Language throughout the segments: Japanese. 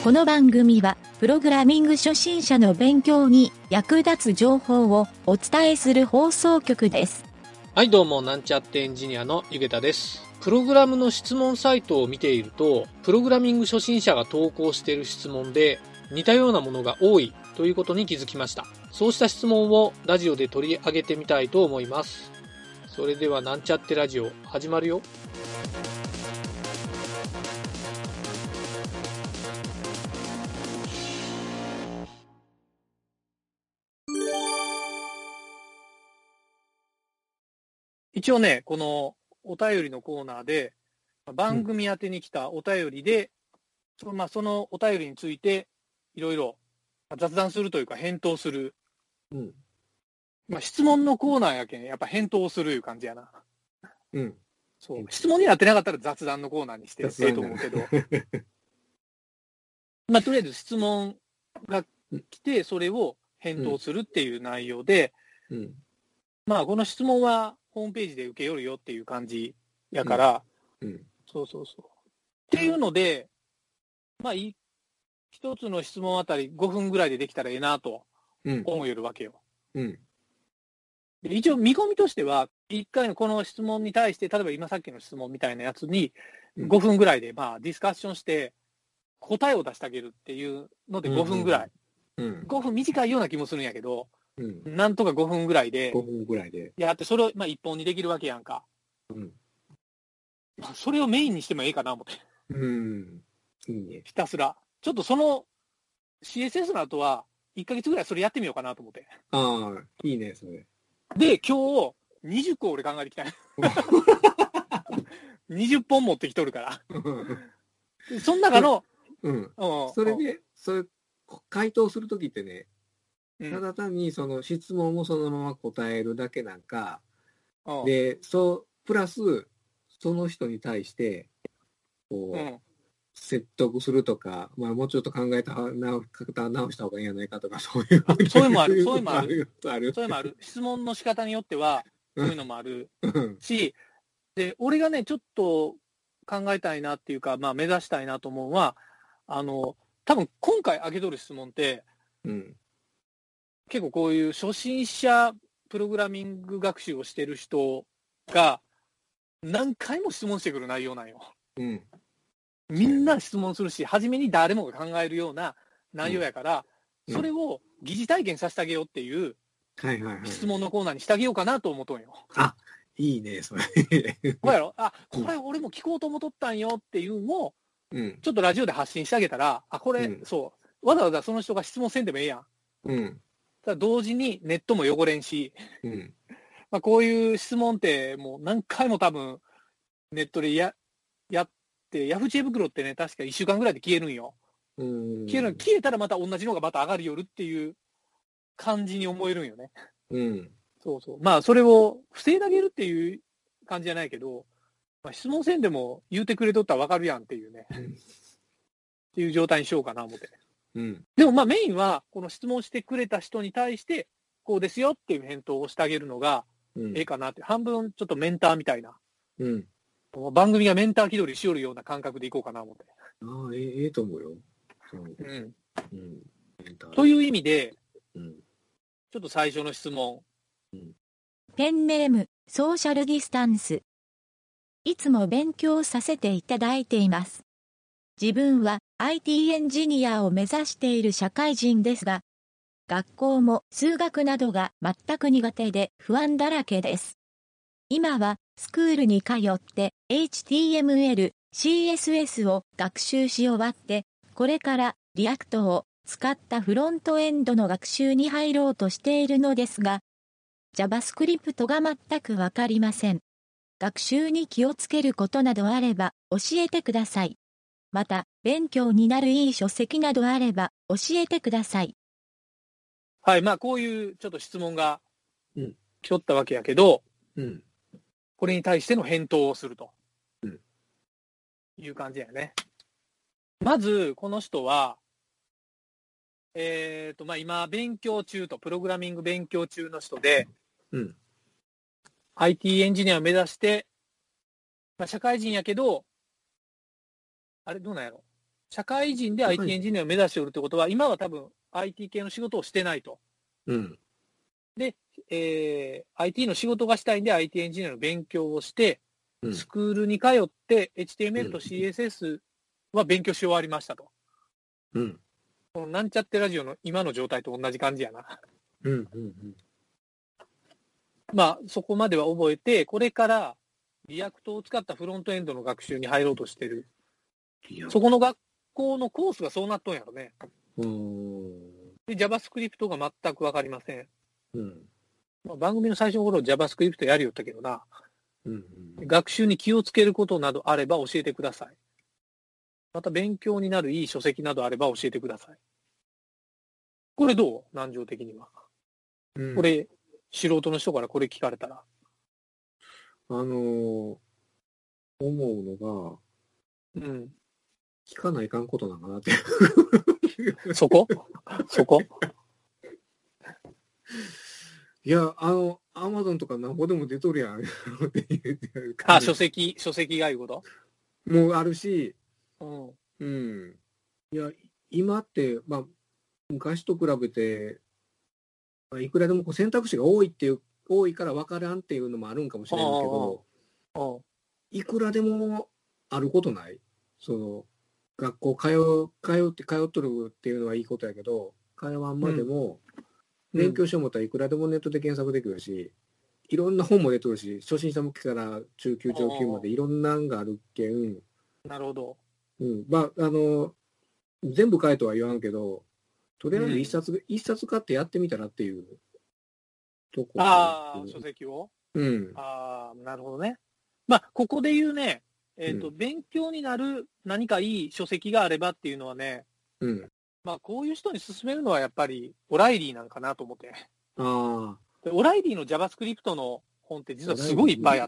この番組はプログラミング初心者の勉強に役立つ情報をお伝えする放送局です。 はい、どうもなんちゃってエンジニアのゆげたです。プログラムの質問サイトを見ていると、プログラミング初心者が投稿している質問で似たようなものが多いということに気づきました。そうした質問をラジオで取り上げてみたいと思います。それではなんちゃってラジオ始まるよ。一応ね、このお便りのコーナーで番組宛てに来たお便りで、そのお便りについていろいろ雑談するというか返答する、質問のコーナーやけんやっぱ返答するいう感じやな。そう質問になってなかったら雑談のコーナーにしてええと思うけどとりあえず質問が来てそれを返答するっていう内容で、この質問はホームページで受けよるよっていう感じやから、そうっていうので、一つの質問あたり5分ぐらいでできたらええなと思いよるわけよ。で一応見込みとしては、1回のこの質問に対して、例えば今さっきの質問みたいなやつに5分ぐらいでディスカッションして答えを出してあげるっていうので5分ぐらい。5分短いような気もするんやけど、なんとか5分ぐらいでやって、それを1本にできるわけやんか。それをメインにしてもいいかな思って。 いいね。 ひたすら。ちょっとその CSS の後は1ヶ月ぐらいそれやってみようかなと思って。 ああ、いいね、それ。 で、今日20個俺考えてきた。20本持ってきとるから。その中の、 それで、回答するときってね、ただ単にその質問をそのまま答えるだけなんか、で、プラス、その人に対して、説得するとか、もうちょっと考えた直した方がいいんじゃないかとか、そういうのもある。質問の仕方によっては、そういうのもあるし、で、俺がね、ちょっと考えたいなっていうか、目指したいなと思うのは、多分今回挙げとる質問って、結構こういう初心者プログラミング学習をしてる人が何回も質問してくる内容なんよ。みんな質問するし、初めに誰もが考えるような内容やから、それを疑似体験させてあげようっていう質問のコーナーにしてあげようかなと思っとんよ。 あ、いいね、それ。 こうやろ？これ俺も聞こうと思っとったんよっていうのを、ちょっとラジオで発信してあげたら、これ、わざわざその人が質問せんでもええやん。ただ同時にネットも汚れんし、こういう質問ってもう何回も多分ネットでやって、ヤフー知恵袋ってね、確か1週間ぐらいで消えるんよ。消えたらまた同じのがまた上がるよるっていう感じに思えるんよね。それを防いであげるっていう感じじゃないけど、質問せんでも言うてくれとったら分かるやんっていうね、っていう状態にしようかな思って。でもメインはこの質問してくれた人に対してこうですよっていう返答をしてあげるのがええかなって、半分ちょっとメンターみたいな、番組がメンター気取りしよるような感覚でいこうかな思って。 ええと思うよ。 という意味で、ちょっと最初の質問。 ペンネーム、ソーシャルディスタンス。いつも勉強させていただいています。自分は IT エンジニアを目指している社会人ですが、学校も数学などが全く苦手で不安だらけです。今はスクールに通って HTML、CSS を学習し終わって、これからリアクトを使ったフロントエンドの学習に入ろうとしているのですが、JavaScript が全くわかりません。学習に気をつけることなどあれば教えてください。また、勉強になるいい書籍などあれば教えてください。 はい、こういうちょっと質問が来とったわけやけど、これに対しての返答をするという感じやね。まず、この人は、今勉強中と、プログラミング勉強中の人で、IT エンジニアを目指して、社会人やけど、どうなんやろ。 社会人で IT エンジニアを目指しておるってことは、今は多分 IT 系の仕事をしてないと。 うん。 で、IT の仕事がしたいんで IT エンジニアの勉強をして、スクールに通って HTML と CSS は勉強し終わりましたと。 うん。 このなんちゃってラジオの今の状態と同じ感じやな。 うんうんうん。 まあ、そこまでは覚えて、これからリアクトを使ったフロントエンドの学習に入ろうとしてる。そこの学校のコースがそうなっとんやろね。で、JavaScript が全くわかりません。まあ、番組の最初の頃 JavaScript やるよったけどな。学習に気をつけることなどあれば教えてください。また勉強になるいい書籍などあれば教えてください。これどう？南條的には。これ、素人の人からこれ聞かれたら。 思うのが、聞かないかんことなんかなって。 そこいや、アマゾンとかなんぼでも出とるやん。 書籍がいうこともうあるし、いや、今って、まあ、昔と比べて、まあ、いくらでもこう選択肢が多いから分からんっていうのもあるんかもしれんけど、いくらでもあることない？その、学校通っとるっていうのはいいことやけど、通わんまでも、勉強しよう思ったらいくらでもネットで検索できるし、いろんな本も出てるし、初心者向けから中級上級までいろんなんがあるけん。 なるほど。 まあ、全部買えとは言わんけど、とりあえず一冊買ってやってみたらっていうとこ。 書籍をなるほどね。まあ、ここで言うね、勉強になる何かいい書籍があればっていうのはね、まあ、こういう人に勧めるのはやっぱりオライリーなんかなと思って。でオライリーの JavaScript の本って実はすごいいっぱいあって。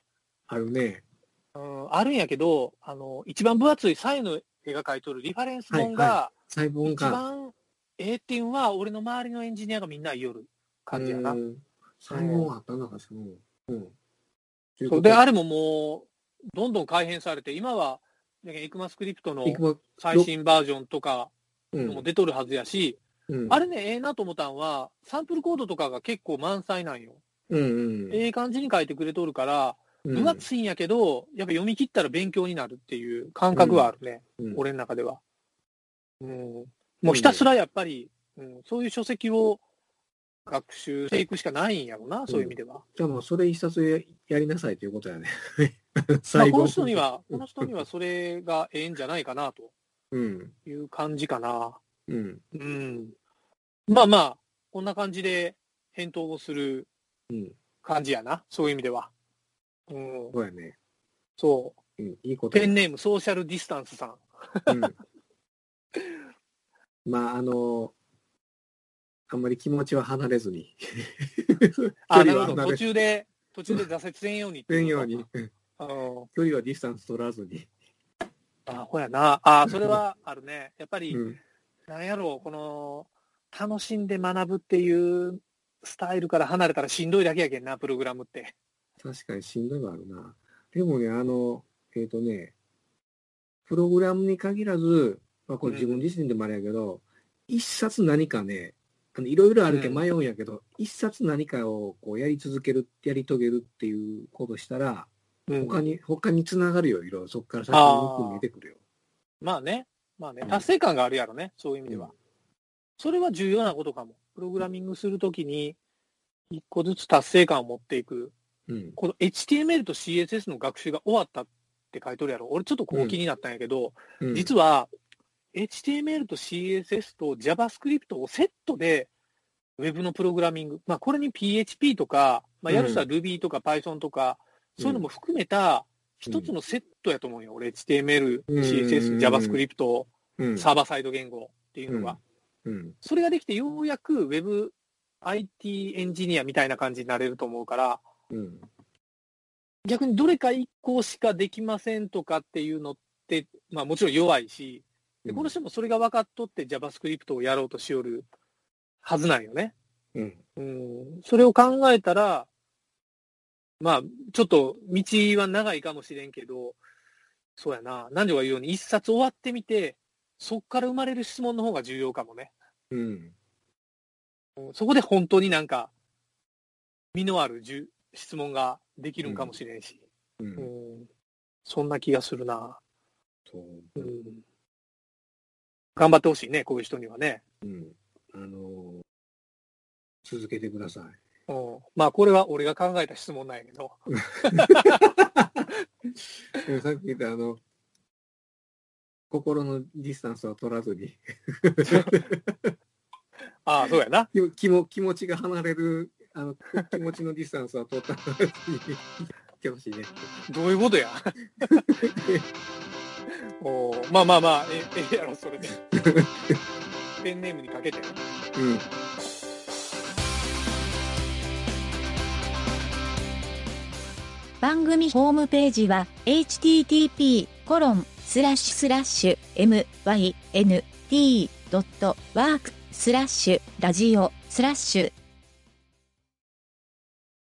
あるね。 あるんやけど、一番分厚いサイの絵が描いとるリファレンス本が、一番っていうのは、俺の周りのエンジニアがみんな言おる感じやな。 サイ本あったな、確かに。そうで、あれももう、どんどん改変されて、今は、エクマスクリプトの最新バージョンとかも出とるはずやし、あれね、なと思ったんは、サンプルコードとかが結構満載なんよ。感じに書いてくれとるから、分厚いんやけど、やっぱ読み切ったら勉強になるっていう感覚はあるね、俺の中では。もうひたすらやっぱり、そういう書籍を学習していくしかないんやろな、そういう意味では。 じゃあもうそれ一冊やりなさいということやね。 まあ、この人にはそれがええんじゃないかなという感じかな。まあまあ、こんな感じで返答をする感じやな、そういう意味では。 そうやね。 そう。 いいこと。 ペンネームソーシャルディスタンスさん。 まあ、あんまり気持ちは離れずに。 なるほど。途中で挫折せんように。 せんように。距離はディスタンス取らずに。 ほやな。それはあるね。やっぱり、なんやろう、この、楽しんで学ぶっていうスタイルから離れたらしんどいだけやけんな、プログラムって。 確かにしんどいがあるな。でもね、プログラムに限らず、まあ、これ自分自身でもあれやけど、一冊何かね、いろいろあるけ迷うんやけど、一冊何かをこうやり遂げるっていうことしたら、他につながるよ、いろいろ。そこから先によく見えてくるよ。 まあね、達成感があるやろね、そういう意味では。それは重要なことかも。プログラミングするときに、一個ずつ達成感を持っていく。この HTML と CSS の学習が終わったって書いとるやろ。俺ちょっとここ気になったんやけど、実は HTML と CSS と JavaScript をセットで Web のプログラミング、まあこれに PHP とか、やる人は Ruby とか Python とか、そういうのも含めた一つのセットやと思うよ。俺 HTML、CSS、JavaScript、サーバーサイド言語っていうのが。それができてようやく Web IT エンジニアみたいな感じになれると思うから、逆にどれか一個しかできませんとかっていうのって、まあもちろん弱いし、でこの人もそれが分かっとって JavaScript をやろうとしよるはずなんよね。それを考えたら、まあちょっと道は長いかもしれんけど、そうやな、南條が言うように一冊終わってみて、 そっから生まれる質問の方が重要かもね。 うん。 そこで本当になんか、身のある質問ができるんかもしれんし。そんな気がするな。頑張ってほしいね、こういう人にはね。 続けてください。 まあ、これは俺が考えた質問なんやけど。 さっき言った心のディスタンスを取らずに。 ああ、そうやな。 気持ちが離れる、気持ちのディスタンスは取ったらずに言ってほしいね。 どういうことや。まあ、ええやろ、それで。ペンネームにかけて。 番組ホームページは http://myn.t.work/ラジオ/